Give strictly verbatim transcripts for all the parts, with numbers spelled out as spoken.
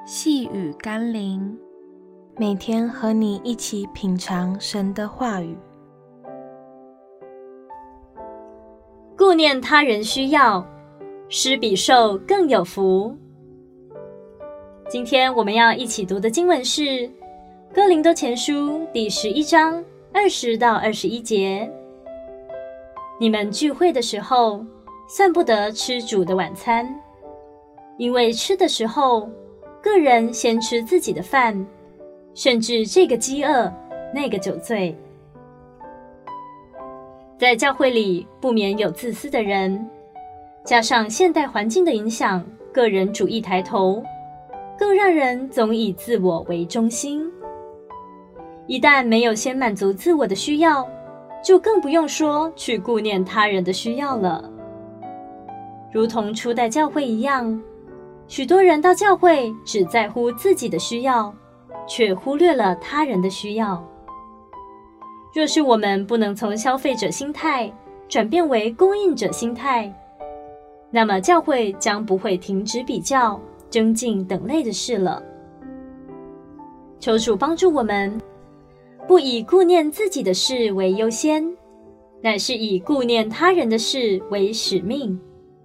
细雨甘霖，每天和你一起品尝神的话语。 顾念他人需要，施比受更有福。今天我们要一起读的经文是《哥林多前书》第十一章二十到二十一节。你们聚会的时候，算不得吃主的晚餐，因为吃的时候，个人先吃自己的饭，甚至这个饥饿，那个酒醉。在教会里不免有自私的人，加上现代环境的影响，个人主义抬头，更让人总以自我为中心。一旦没有先满足自我的需要，就更不用说去顾念他人的需要了。如同初代教会一样，许多人到教会只在乎自己的需要，却忽略了他人的需要。若是我们不能从消费者心态转变为供应者心态，那么教会将不会停止比较、争竞等类的事了。求主帮助我们，不以顾念自己的事为优先，乃是以顾念他人的事为使命。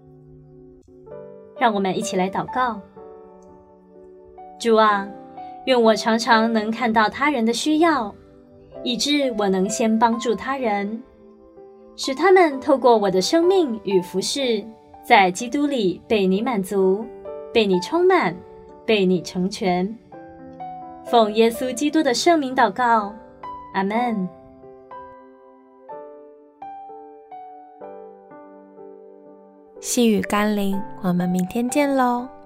让我们一起来祷告。主啊，愿我常常能看到他人的需要，以致我能先帮助他人，使他们透过我的生命与服事，在基督里被你满足，被你充满，被你成全。奉耶稣基督的圣名祷告，阿们。 细雨甘霖，我们明天见喽。